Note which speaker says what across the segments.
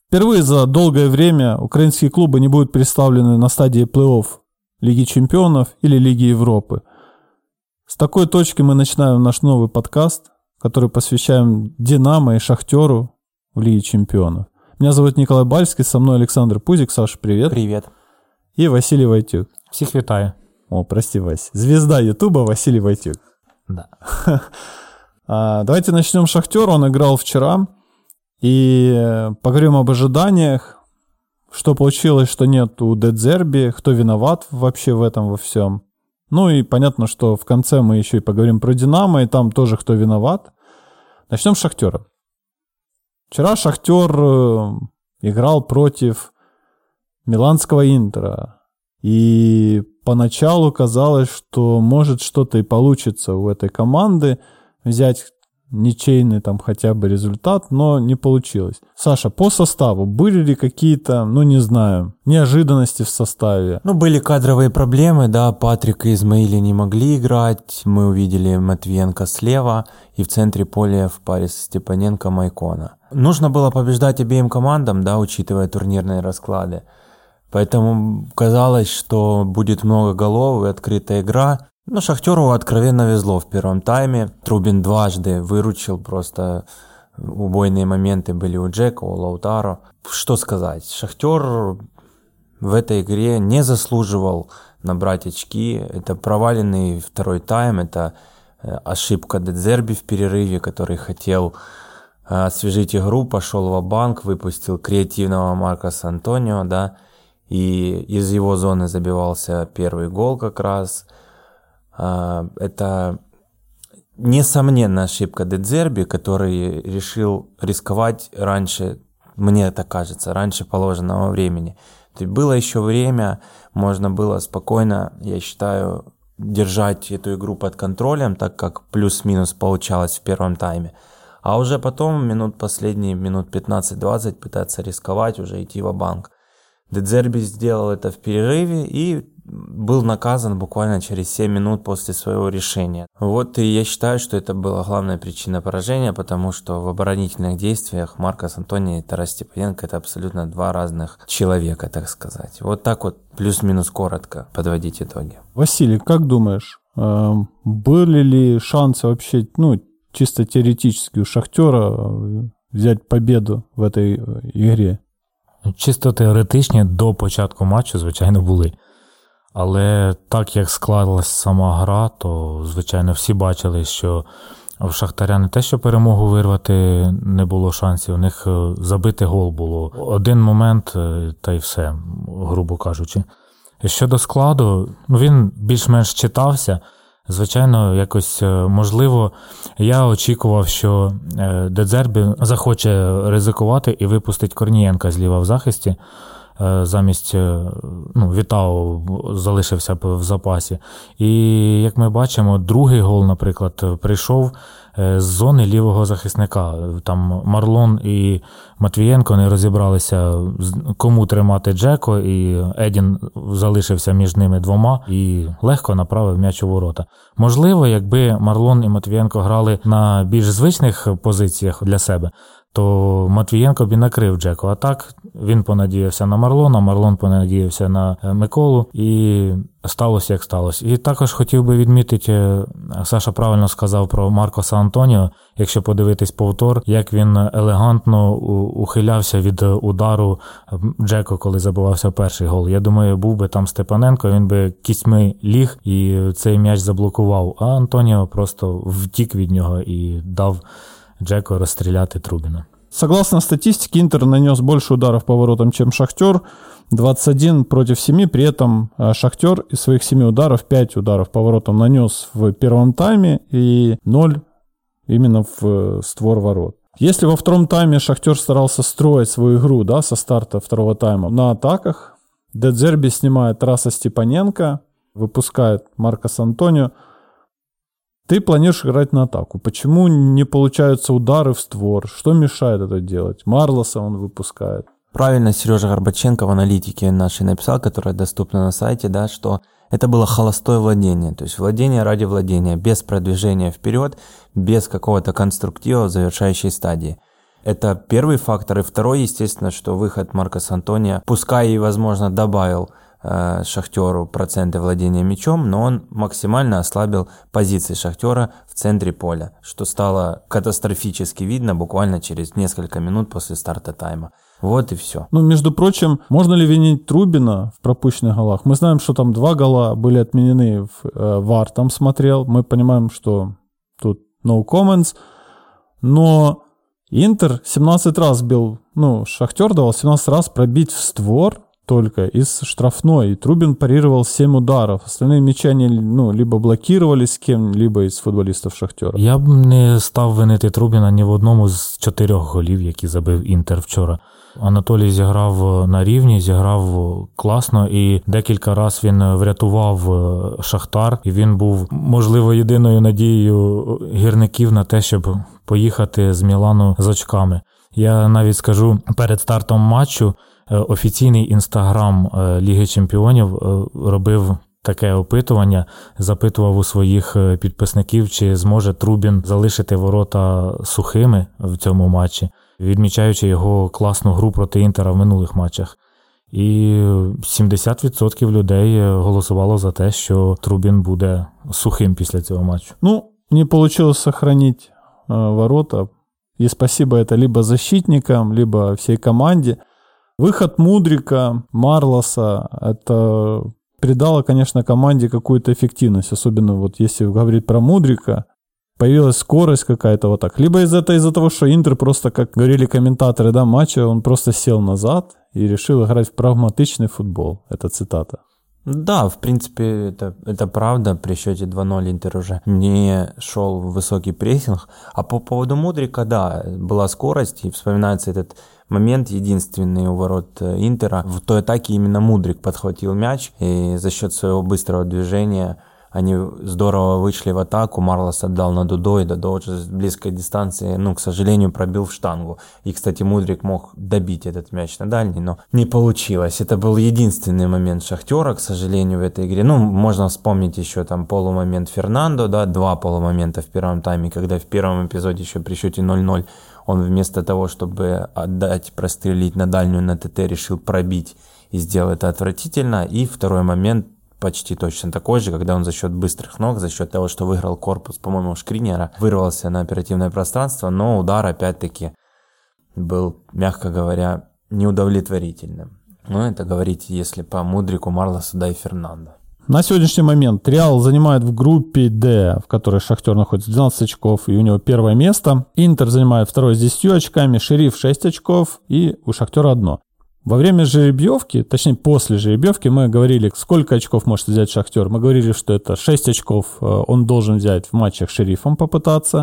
Speaker 1: Впервые за долгое время украинские клубы не будут представлены на стадии плей-офф Лиги Чемпионов или Лиги Европы. С такой точки мы начинаем наш новый подкаст, который посвящаем Динамо и Шахтеру в Лиге Чемпионов. Меня зовут Николай Бальский, со мной Александр Пузик. Саша, привет.
Speaker 2: Привет.
Speaker 1: И Василий Войтюк.
Speaker 3: Всех вітаю.
Speaker 1: О, прости, Вась. Звезда Ютуба Василий Войтюк.
Speaker 2: Да.
Speaker 1: Давайте начнем с Шахтера. Он играл вчера. И поговорим об ожиданиях. Что получилось, что нет у Дедзерби. Кто виноват вообще в этом во всем. Ну и понятно, что в конце мы еще и поговорим про Динамо. И там тоже кто виноват. Начнем с Шахтера. Вчера Шахтер играл против миланского Интера. И поначалу казалось, что может что-то и получится у этой команды взять ничейный там хотя бы результат, но не получилось. Саша, по составу были ли какие-то, не знаю, неожиданности в составе?
Speaker 2: Были кадровые проблемы, да, Патрик и Измаили не могли играть, мы увидели Матвиенко слева и в центре поля в паре с Степаненко Майкона. Нужно было побеждать обеим командам, да, учитывая турнирные расклады. Поэтому казалось, что будет много голов и открытая игра. Но Шахтеру откровенно везло в первом тайме. Трубин дважды выручил, просто убойные моменты были у Джека, у Лаутаро. Что сказать, Шахтер в этой игре не заслуживал набрать очки. Это проваленный второй тайм, это ошибка Дедзерби в перерыве, который хотел освежить игру, пошел ва-банк, выпустил креативного Маркоса Антонио, да, и из его зоны забивался первый гол как раз. Это, несомненно, ошибка Дедзерби, который решил рисковать раньше, мне так кажется, раньше положенного времени. То есть было еще время, можно было спокойно, я считаю, держать эту игру под контролем, так как плюс-минус получалось в первом тайме. А уже потом, последние минут 15-20 пытаться рисковать, уже идти ва-банк. Дедзерби сделал это в перерыве и был наказан буквально через 7 минут после своего решения. Вот и я считаю, что это была главная причина поражения, потому что в оборонительных действиях Маркос Антонио и Тарас Степаненко — это абсолютно два разных человека, так сказать. Вот так вот плюс-минус коротко подводить итоги.
Speaker 1: Василий, как думаешь, были ли шансы вообще, чисто теоретически у Шахтера взять победу в этой игре?
Speaker 3: Чисто теоретичні до початку матчу, звичайно, були. Але так, як складалась сама гра, то, звичайно, всі бачили, що в Шахтаря не те, що перемогу вирвати не було шансів, у них забити гол було. Один момент, та й все, грубо кажучи. Щодо складу, він більш-менш читався. Звичайно, якось, можливо, я очікував, що Дедзербі захоче ризикувати і випустить Корнієнка зліва в захисті. Замість Вітау залишився б в запасі. І, як ми бачимо, другий гол, наприклад, прийшов з зони лівого захисника. Там Марлон і Матвієнко не розібралися, кому тримати Джеко, і Едін залишився між ними двома і легко направив м'яч у ворота. Можливо, якби Марлон і Матвієнко грали на більш звичних позиціях для себе, то Матвієнко б і накрив Джеко. А так він понадіявся на Марлона, Марлон понадіявся на Миколу, і сталося, як сталося. І також хотів би відмітити, Саша правильно сказав про Маркоса Антоніо, якщо подивитись повтор, як він елегантно ухилявся від удару Джеко, коли забивався перший гол. Я думаю, був би там Степаненко, він би кістьми ліг і цей м'яч заблокував, а Антоніо просто втік від нього і дав Джеко расстреляти Трубина.
Speaker 1: Согласно статистике, Интер нанес больше ударов по воротам, чем Шахтер. 21 против 7. При этом Шахтер из своих 7 ударов 5 ударов по воротам нанес в первом тайме и 0 именно в створ ворот. Если во втором тайме Шахтер старался строить свою игру, да, со старта второго тайма на атаках, Дедзерби снимает Тараса Степаненко, выпускает Маркоса Антонио. Ты планируешь играть на атаку. Почему не получаются удары в створ? Что мешает это делать? Марлоса он выпускает.
Speaker 2: Правильно Сережа Горбаченко в аналитике нашей написал, которая доступна на сайте, да, что это было холостое владение. То есть владение ради владения, без продвижения вперед, без какого-то конструктива в завершающей стадии. Это первый фактор. И второй, естественно, что выход Маркоса Антония, пускай и, возможно, добавил Шахтеру проценты владения мячом, но он максимально ослабил позиции Шахтера в центре поля, что стало катастрофически видно буквально через несколько минут после старта тайма. Вот и все.
Speaker 1: Ну, между прочим, можно ли винить Трубина в пропущенных голах? Мы знаем, что там 2 гола были отменены, ВАР там смотрел. Мы понимаем, что тут no comments. Но Интер 17 раз бил, Шахтер давал 17 раз пробить в створ только из штрафной. И Трубин парировал 7 ударов. Остальные мячи они, либо блокировались кем-либо из футболістів Шахтера.
Speaker 3: Я б не став винити Трубіна ні в одному з 4 голів, які забив Інтер вчора. Анатолій зіграв на рівні, зіграв класно, і декілька разів він врятував Шахтар. І він був, можливо, єдиною надією гірників на те, щоб поїхати з Мілану з очками. Я навіть скажу, перед стартом матчу офіційний інстаграм Ліги Чемпіонів робив таке опитування, запитував у своїх підписників, чи зможе Трубін залишити ворота сухими в цьому матчі, відмічаючи його класну гру проти Інтера в минулих матчах. І 70% людей голосувало за те, що Трубін буде сухим після цього матчу.
Speaker 1: Не получилось сохранить ворота. И спасибо это либо защитникам, либо всей команде. Выход Мудрика, Марлоса, это придало, конечно, команде какую-то эффективность. Особенно вот если говорить про Мудрика, появилась скорость какая-то вот так. Либо из-за того, что Интер просто, как говорили комментаторы матча, он просто сел назад и решил играть в прагматичный футбол. Это цитата.
Speaker 2: Да, в принципе, это правда. При счете 2-0 Интер уже не шел в высокий прессинг. А по поводу Мудрика, да, была скорость. И вспоминается этот момент единственный у ворот Интера. В той атаке именно Мудрик подхватил мяч. И за счет своего быстрого движения они здорово вышли в атаку. Марлос отдал на Дудо, и Дудо уже с близкой дистанции, к сожалению, пробил в штангу. И, кстати, Мудрик мог добить этот мяч на дальний, но не получилось. Это был единственный момент Шахтера, к сожалению, в этой игре. Можно вспомнить еще там полумомент Фернандо, да, 2 полумомента в первом тайме, когда в первом эпизоде еще при счете 0-0 он вместо того, чтобы отдать, прострелить на дальнюю на ТТ, решил пробить и сделал это отвратительно. И второй момент почти точно такой же, когда он за счет быстрых ног, за счет того, что выиграл корпус, по-моему, Шкринера, вырвался на оперативное пространство, но удар опять-таки был, мягко говоря, неудовлетворительным. Это говорить, если по Мудрику, Марлосу, да и Фернандо.
Speaker 1: На сегодняшний момент Реал занимает в группе D, в которой Шахтер находится, 12 очков, и у него первое место. Интер занимает второе с 10 очками, Шериф 6 очков, и у Шахтера 1. Во время жеребьевки, точнее после жеребьевки, мы говорили, сколько очков может взять Шахтер. Мы говорили, что это 6 очков он должен взять в матчах с Шерифом попытаться.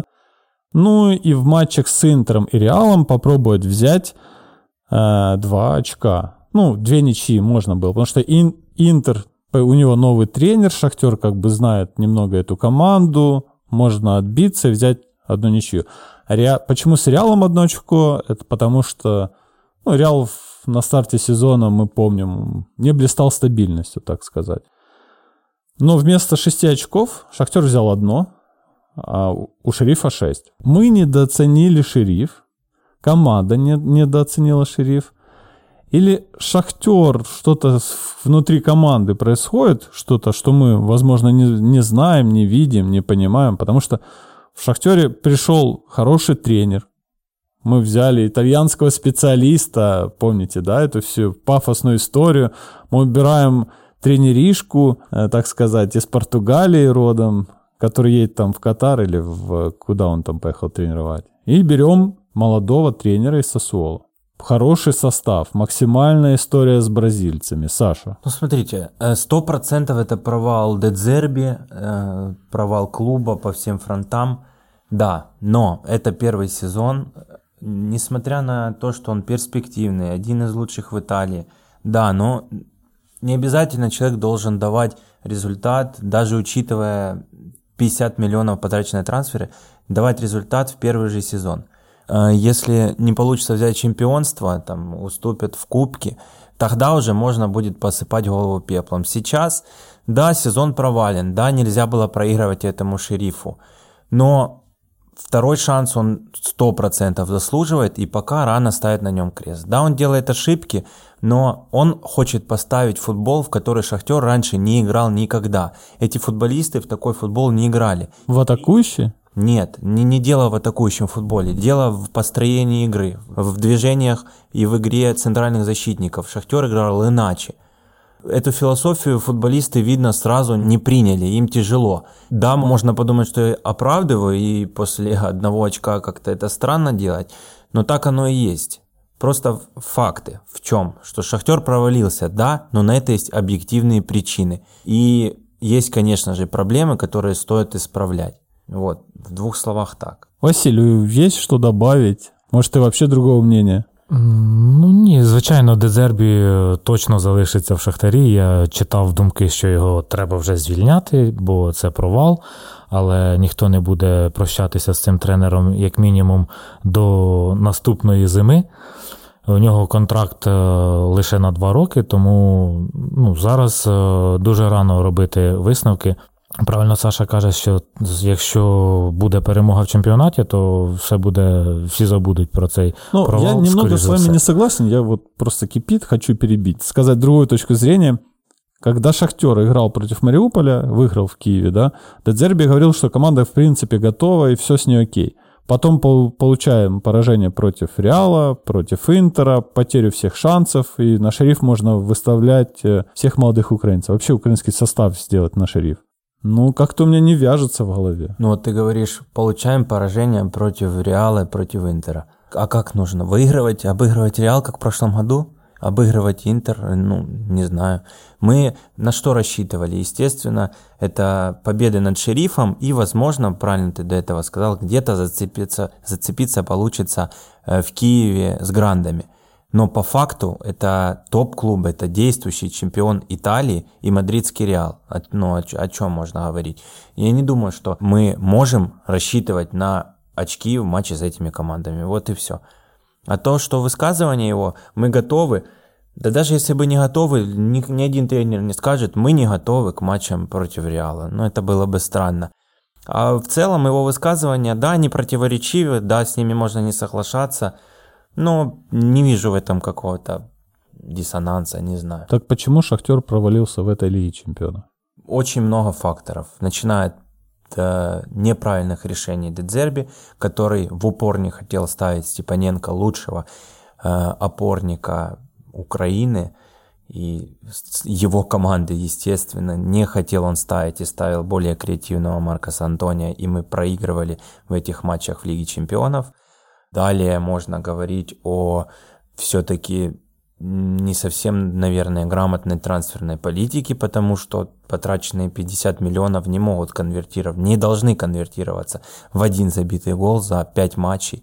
Speaker 1: И в матчах с Интером и Реалом попробовать взять 2 очка. 2 ничьи можно было, потому что Интер, у него новый тренер, Шахтер знает немного эту команду, можно отбиться и взять 1 ничью. Почему с Реалом 1 очко? Это потому что Реал на старте сезона, мы помним, не блистал стабильностью, так сказать. Но вместо 6 очков Шахтер взял 1, а у Шерифа 6. Мы недооценили Шериф, команда недооценила Шериф, или Шахтер, что-то внутри команды происходит, что-то, что мы, возможно, не знаем, не видим, не понимаем, потому что в Шахтере пришел хороший тренер. Мы взяли итальянского специалиста, помните, да, эту всю пафосную историю. Мы убираем тренеришку, так сказать, из Португалии родом, который едет там в Катар или куда он там поехал тренировать. И берем молодого тренера из Сассуоло. Хороший состав, максимальная история с бразильцами. Саша.
Speaker 2: Смотрите, 100% это провал Де Зерби, провал клуба по всем фронтам. Да, но это первый сезон. Несмотря на то, что он перспективный, один из лучших в Италии, да, но не обязательно человек должен давать результат, даже учитывая 50 миллионов потраченные на трансферы, давать результат в первый же сезон. Если не получится взять чемпионство, уступят в кубке, тогда уже можно будет посыпать голову пеплом. Сейчас, да, сезон провален, да, нельзя было проигрывать этому Шерифу, но второй шанс он 100% заслуживает, и пока рано ставить на нем крест. Да, он делает ошибки, но он хочет поставить футбол, в который Шахтер раньше не играл никогда. Эти футболисты в такой футбол не играли.
Speaker 1: В атакующий?
Speaker 2: Нет, не дело в атакующем футболе, дело в построении игры, в движениях и в игре центральных защитников. Шахтер играл иначе. Эту философию футболисты, видно, сразу не приняли, им тяжело. Да, можно подумать, что я оправдываю, и после одного очка как-то это странно делать, но так оно и есть. Просто факты в чем? Что Шахтер провалился, да, но на это есть объективные причины. И есть, конечно же, проблемы, которые стоит исправлять. Вот, в двух словах так.
Speaker 1: Василию, есть что добавить? Может, ты вообще другого мнения?
Speaker 3: Ну ні, звичайно, Де Зербі точно залишиться в Шахтарі. Я читав думки, що його треба вже звільняти, бо це провал. Але ніхто не буде прощатися з цим тренером, як мінімум, до наступної зими. У нього контракт лише на 2 роки, тому зараз дуже рано робити висновки. Правильно Саша каже, що якщо буде перемога в чемпіонаті, то все буде, всі забудуть про цей провал.
Speaker 1: Я немного с вами не согласен, я вот просто кипит, хочу перебить. Сказать другую точку зрения. Когда Шахтер играл против Мариуполя, выиграл в Киеве, да, Де Зербі говорил, что команда в принципе готова и все с ней окей. Потом получаем поражение против Реала, против Интера, потерю всех шансов, и на Шериф можно выставлять всех молодых украинцев. Вообще украинский состав сделать на Шериф. Как-то у меня не вяжется в голове.
Speaker 2: Вот ты говоришь, получаем поражение против Реала и против Интера. А как нужно? Выигрывать, обыгрывать Реал, как в прошлом году? Обыгрывать Интер? Не знаю. Мы на что рассчитывали? Естественно, это победы над Шерифом и, возможно, правильно ты до этого сказал, где-то зацепиться получится в Киеве с Грандами. Но по факту это топ-клуб, это действующий чемпион Италии и мадридский Реал. О чем можно говорить? Я не думаю, что мы можем рассчитывать на очки в матче с этими командами. Вот и все. А то, что высказывание его, мы готовы, да даже если бы не готовы, ни один тренер не скажет, мы не готовы к матчам против Реала. Это было бы странно. А в целом его высказывания, да, они противоречивы, да, с ними можно не соглашаться, но не вижу в этом какого-то диссонанса, не знаю.
Speaker 1: Так почему Шахтер провалился в этой Лиге Чемпионов?
Speaker 2: Очень много факторов. Начиная от неправильных решений Де Зербі, который в упор не хотел ставить Степаненко, лучшего опорника Украины, и его команды, естественно, не хотел он ставить и ставил более креативного Маркоса Антония, и мы проигрывали в этих матчах в Лиге Чемпионов. Далее можно говорить о все-таки не совсем, наверное, грамотной трансферной политике, потому что потраченные 50 миллионов не должны конвертироваться в один забитый гол за 5 матчей.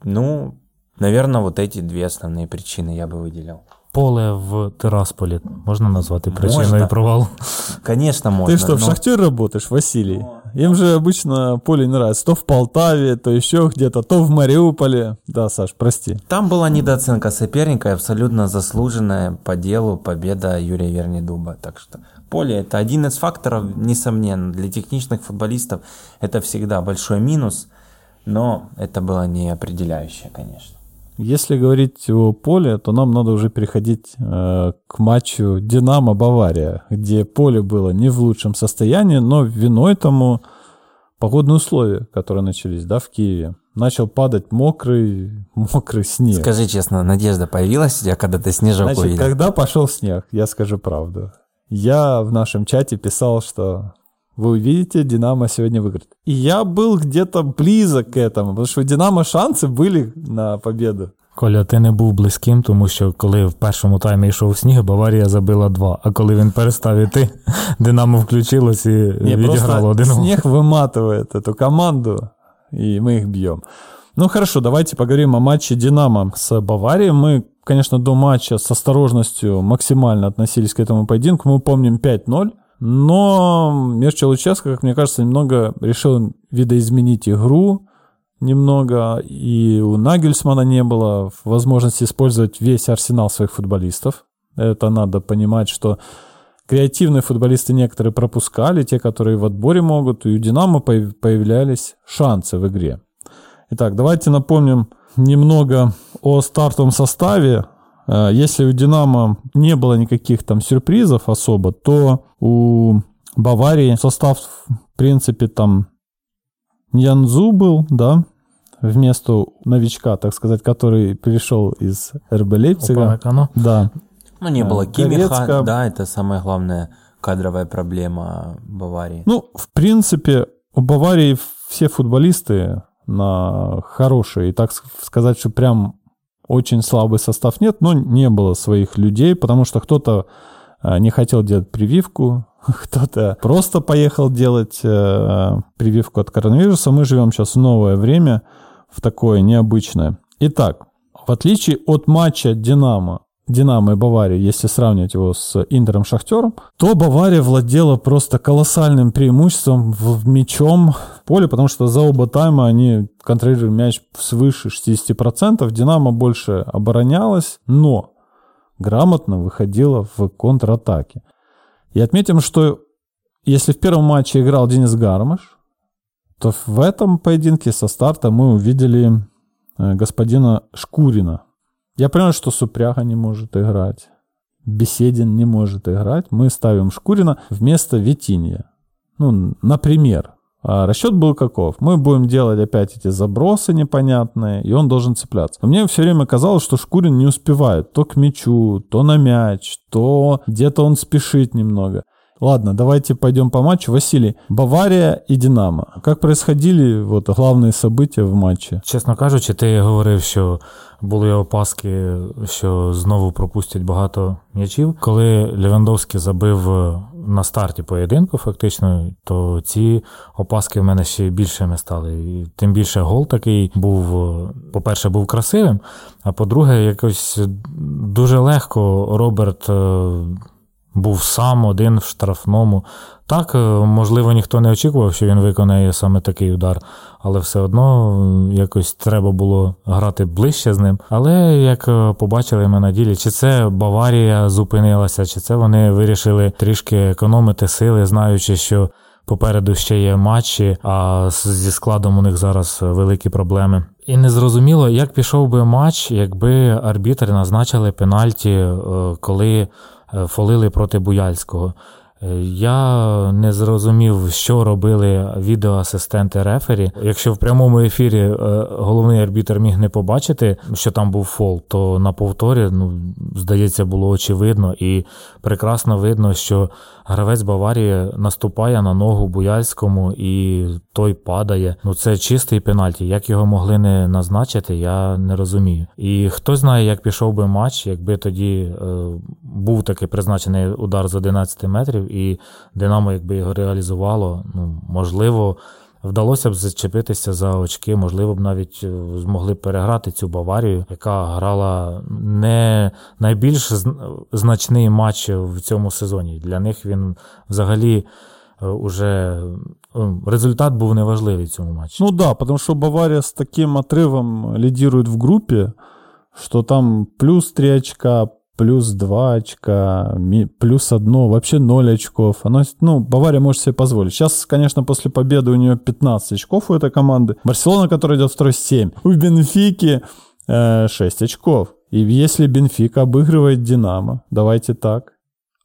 Speaker 2: Наверное, вот эти 2 основные причины я бы выделил.
Speaker 3: Поле в Тирасполі можна назвати причиною провалу?
Speaker 2: Конечно, можно.
Speaker 1: Ты что, в Шахтере работаешь, Василий? Им же обычно поле не нравится. То в Полтаве, то еще где-то, то в Мариуполе. Да, Саш, прости.
Speaker 2: Там была недооценка соперника и абсолютно заслуженная по делу победа Юрия Вернидуба. Так что поле – это один из факторов, несомненно. Для техничных футболистов это всегда большой минус, но это было не определяющее, конечно.
Speaker 1: Если говорить о поле, то нам надо уже переходить к матчу «Динамо-Бавария», где поле было не в лучшем состоянии, но виной тому погодные условия, которые начались, в Киеве. Начал падать мокрый снег.
Speaker 2: Скажи честно, надежда появилась у тебя, когда ты снежок увидел?
Speaker 1: Когда пошел снег, я скажу правду. Я в нашем чате писал, что вы увидите, Динамо сегодня выиграет. И я был где-то близок к этому, потому что у Динамо шансы были на победу.
Speaker 3: Коля, ти не був близьким, тому що коли в першому таймі йшов сніг, Баварія забила 2. А коли він перестав іти, Динамо включилось і відіграло 1.
Speaker 1: Снег выматывает эту команду, и мы их бьем. Хорошо, давайте поговорим о матче Динамо с Баварией. Мы, конечно, до матча с осторожностью максимально относились к этому поединку. Мы помним 5-0. Но Мирча Луческо, как мне кажется, немного решил видоизменить игру немного, и у Нагельсмана не было возможности использовать весь арсенал своих футболистов. Это надо понимать, что креативные футболисты некоторые пропускали, те, которые в отборе могут, и у Динамо появлялись шансы в игре. Итак, давайте напомним немного о стартовом составе. Если у «Динамо» не было никаких там сюрпризов особо, то у «Баварии» состав, в принципе, там Ньянзу был, да, вместо новичка, так сказать, который пришел из РБ Лейпцига. Да.
Speaker 2: Ну, не было Кимиха, да, это самая главная кадровая проблема Баварии.
Speaker 1: Ну, в принципе, у Баварии все футболисты хорошие, и так сказать, что прям очень слабый состав нет, но не было своих людей, потому что кто-то не хотел делать прививку, кто-то просто поехал делать прививку от коронавируса. Мы живем сейчас в новое время, в такое необычное. Итак, в отличие от матча «Динамо» и Баварии, если сравнивать его с Интером Шахтером, то Бавария владела просто колоссальным преимуществом мячом в поле, потому что за оба тайма они контролировали мяч свыше 60%. Динамо больше оборонялась, но грамотно выходила в контратаке. И отметим, что если в первом матче играл Денис Гармаш, то в этом поединке со старта мы увидели господина Шкурина. Я понимаю, что Супряга не может играть, Беседин не может играть. Мы ставим Шкурина вместо Витинья. Ну, например. А расчет был каков? Мы будем делать опять эти забросы непонятные, и он должен цепляться. Но мне все время казалось, что Шкурин не успевает то к мячу, то на мяч, то где-то он спешит немного. Ладно, давайте пойдем по матчу. Василий, Баварія і Динамо. Як происходили головні события в матчі?
Speaker 3: Чесно кажучи, ти говорив, що були опаски, що знову пропустять багато м'ячів. Коли Левандовський забив на старті поєдинку, фактично, то ці опаски в мене ще більшими стали. І тим більше гол такий був, по-перше, був красивим, а по-друге, якось дуже легко Роберт був сам один в штрафному. Так, можливо, ніхто не очікував, що він виконає саме такий удар, але все одно якось треба було грати ближче з ним. Але, як побачили ми на ділі, чи це Баварія зупинилася, чи це вони вирішили трішки економити сили, знаючи, що попереду ще є матчі, а зі складом у них зараз великі проблеми. І незрозуміло, як пішов би матч, якби арбітри назначили пенальті, коли фолили проти Буяльського. Я не зрозумів, що робили відеоасистенти рефері. Якщо в прямому ефірі головний арбітр міг не побачити, що там був фол, то на повторі, здається, було очевидно. І прекрасно видно, що гравець Баварії наступає на ногу Буяльському і той падає. Це чистий пенальті. Як його могли не назначити, я не розумію. І хто знає, як пішов би матч, якби тоді був такий призначений удар з 11 метрів, і Динамо, якби його реалізувало, можливо, вдалося б зачепитися за очки, можливо б навіть змогли переграти цю Баварію, яка грала не найбільш значний матч в цьому сезоні. Для них він взагалі уже результат був неважливий в цьому матчі.
Speaker 1: Да, потому что Бавария с таким отрывом лидирует в группе, что там плюс 3 очка, плюс 2 очка, плюс 1, вообще 0 очков. Бавария может себе позволить. Сейчас, конечно, после победы у нее 15 очков у этой команды. Барселона, которая идет второй, 7. У Бенфики 6 очков. И если Бенфика обыгрывает Динамо, давайте так,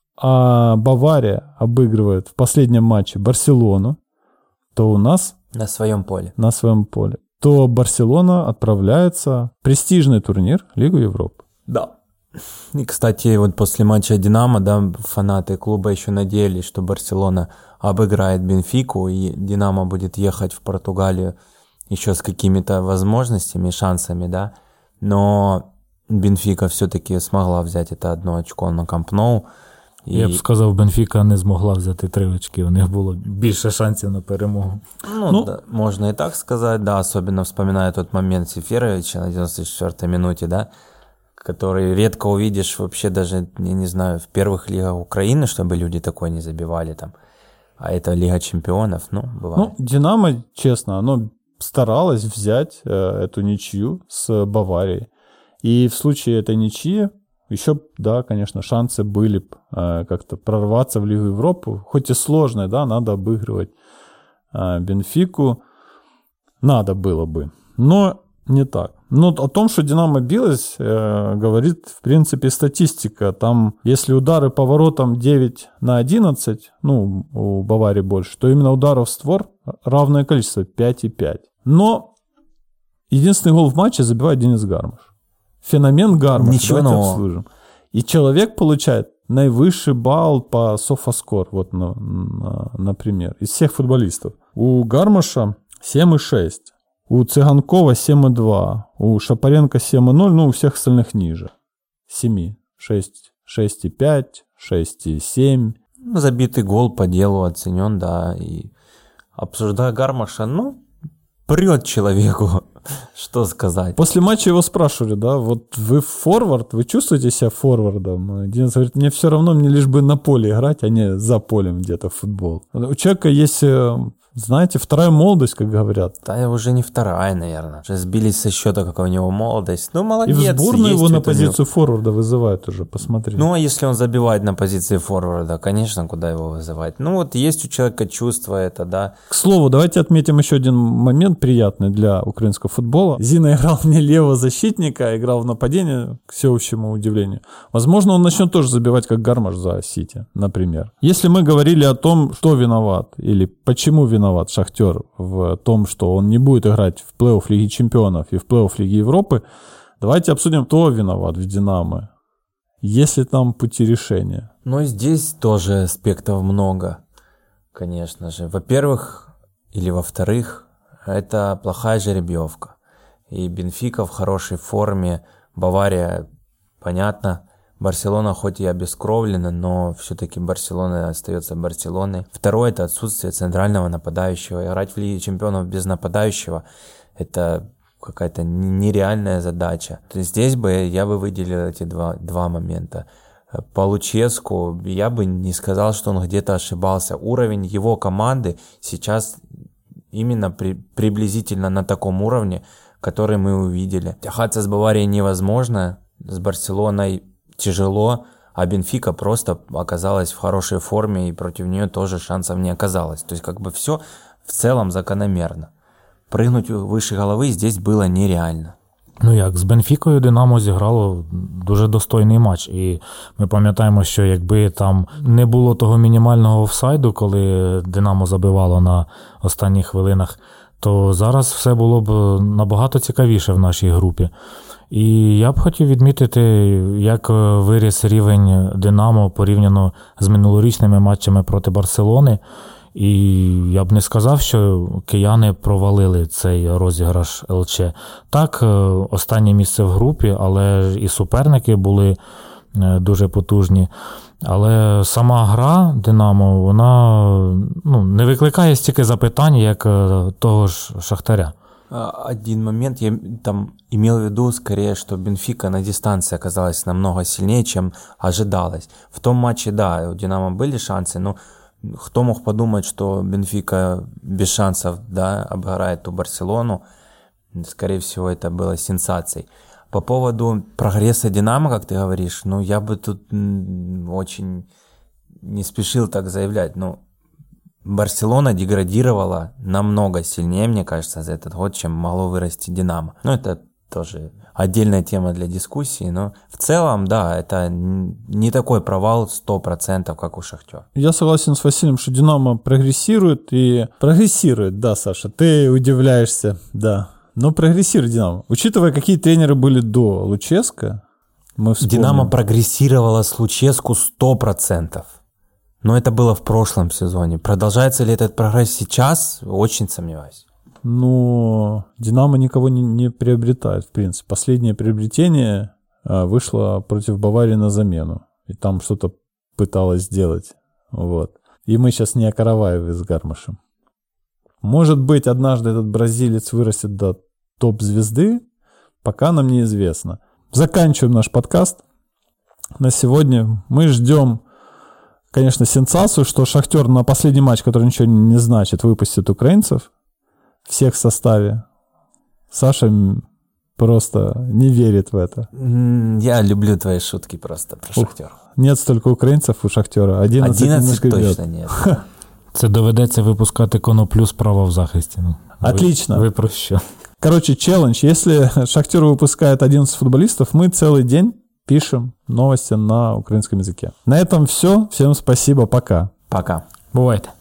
Speaker 1: а Бавария обыгрывает в последнем матче Барселону, то у нас...
Speaker 2: На своем поле.
Speaker 1: На своем поле. То Барселона отправляется в престижный турнир Лигу Европы.
Speaker 2: Да. И, кстати, вот после матча Динамо, да, фанаты клуба еще надеялись, что Барселона обыграет Бенфику, и Динамо будет ехать в Португалию еще с какими-то возможностями, шансами, да. Но Бенфика все-таки смогла взять это 1 очко на Камп Ноу.
Speaker 3: Я б сказав, Бенфіка не змогла взяти 3 очки, у них було більше шансів на перемогу.
Speaker 2: Да, можно и так сказать, да, особенно вспоминая тот момент Сеферовича на 94-й минуте, да, который редко увидишь вообще даже, я не знаю, в первых лигах Украины, чтобы люди такое не забивали там, а это Лига чемпионов, бывает.
Speaker 1: Динамо, честно, оно старалось взять эту ничью с Баварией, и в случае этой ничьи еще, да, конечно, шансы были как-то прорваться в Лигу Европы. Хоть и сложно, да, надо обыгрывать Бенфику. Надо было бы. Но не так. Но о том, что «Динамо» билось, говорит, в принципе, статистика. Там, если удары по воротам 9/11, у Баварии больше, то именно ударов в створ равное количество, 5,5. Но единственный гол в матче забивает Денис Гармаш. Феномен Гармаш.
Speaker 2: Ничего нового.
Speaker 1: Обслужим. И человек получает наивысший балл по Софаскор, вот, например, из всех футболистов. У Гармаша 7,6. У Цыганкова 7,2, у Шапаренко 7,0, у всех остальных ниже. 7, 6,5, 6,7.
Speaker 2: Забитый гол по делу оценен, да. И обсуждая Гармаша, прет человеку, что сказать.
Speaker 1: После матча его спрашивали, да, вот вы форвард, вы чувствуете себя форвардом? Денис говорит, мне все равно, мне лишь бы на поле играть, а не за полем где-то в футбол. У человека есть... Знаете, вторая молодость, как говорят.
Speaker 2: Да, уже не вторая, наверное. Уже сбились со счета, какая у него молодость. Молодец.
Speaker 1: И в сборную его на позицию форварда вызывают уже, посмотри.
Speaker 2: А если он забивает на позиции форварда, конечно, куда его вызывать? Есть у человека чувство это, да.
Speaker 1: К слову, давайте отметим еще один момент приятный для украинского футбола. Зина играл не левого защитника, а играл в нападении, к всеобщему удивлению. Возможно, он начнет тоже забивать, как Гармаш за Сити, например. Если мы говорили о том, кто виноват или почему виноват Шахтер в том, что он не будет играть в плей-офф Лиги Чемпионов и в плей-офф Лиги Европы, давайте обсудим, кто виноват в «Динамо». Есть ли там пути решения?
Speaker 2: Здесь тоже аспектов много, конечно же. Во-первых, или во-вторых, это плохая жеребьевка. И Бенфика в хорошей форме, Бавария, понятно, Барселона хоть и обескровлена, но все-таки Барселона остается Барселоной. Второе – это отсутствие центрального нападающего. Играть в Лиге Чемпионов без нападающего – это какая-то нереальная задача. То есть здесь я бы выделил эти два момента. По Луческу я бы не сказал, что он где-то ошибался. Уровень его команды сейчас именно приблизительно на таком уровне, который мы увидели. Тягаться с Баварией невозможно, с Барселоной тяжело, а Бенфика просто оказалась в хорошей форме, и против нее тоже шансов не оказалось. То есть все в целом закономерно. Прыгнуть выше голови здесь було нереально.
Speaker 3: З Бенфікою Динамо зіграло дуже достойний матч. І ми пам'ятаємо, що якби там не було того мінімального офсайду, коли Динамо забивало на останніх хвилинах, то зараз все було б набагато цікавіше в нашій групі. І я б хотів відмітити, як виріс рівень Динамо порівняно з минулорічними матчами проти Барселони. І я б не сказав, що кияни провалили цей розіграш ЛЧ. Так, останнє місце в групі, але і суперники були дуже потужні. Але сама гра Динамо, вона не викликає стільки запитань, як того ж Шахтаря.
Speaker 2: Один момент, я там имел в виду скорее, что Бенфика на дистанции оказалась намного сильнее, чем ожидалось. В том матче, да, у Динамо были шансы, но кто мог подумать, что Бенфика без шансов, да, обыграет ту Барселону? Скорее всего, это было сенсацией. По поводу прогресса Динамо, как ты говоришь, я бы тут очень не спешил так заявлять, Барселона деградировала намного сильнее, мне кажется, за этот год, чем могло вырасти Динамо. Это тоже отдельная тема для дискуссии, но в целом, да, это не такой провал 100%, как у Шахтера.
Speaker 1: Я согласен с Василием, что Динамо прогрессирует, да, Саша, ты удивляешься, да, но прогрессирует Динамо. Учитывая, какие тренеры были до Луческо, мы вспомним.
Speaker 2: Динамо прогрессировало с Луческу 100%. Но это было в прошлом сезоне. Продолжается ли этот прогресс сейчас? Очень сомневаюсь.
Speaker 1: Динамо никого не приобретает, в принципе. Последнее приобретение вышло против Баварии на замену. И там что-то пыталось сделать. Вот. И мы сейчас не о Караваеве с Гармашем. Может быть, однажды этот бразилец вырастет до топ-звезды, пока нам неизвестно. Заканчиваем наш подкаст. На сегодня мы ждем, конечно, сенсацию, что Шахтер на последний матч, который ничего не значит, выпустит украинцев. Всех в составе. Саша просто не верит в это.
Speaker 2: Я люблю твои шутки просто про Шахтер.
Speaker 1: Нет столько украинцев у Шахтера. 11
Speaker 2: точно нет.
Speaker 3: Це доведеться випускати Коноплю справа в захисті.
Speaker 1: Отлично.
Speaker 3: Ви про що?
Speaker 1: Короче, челлендж. Если Шахтер выпускает 11 футболистов, мы целый день пишем новости на украинском языке. На этом все. Всем спасибо. Пока.
Speaker 2: Пока.
Speaker 3: Бувайте.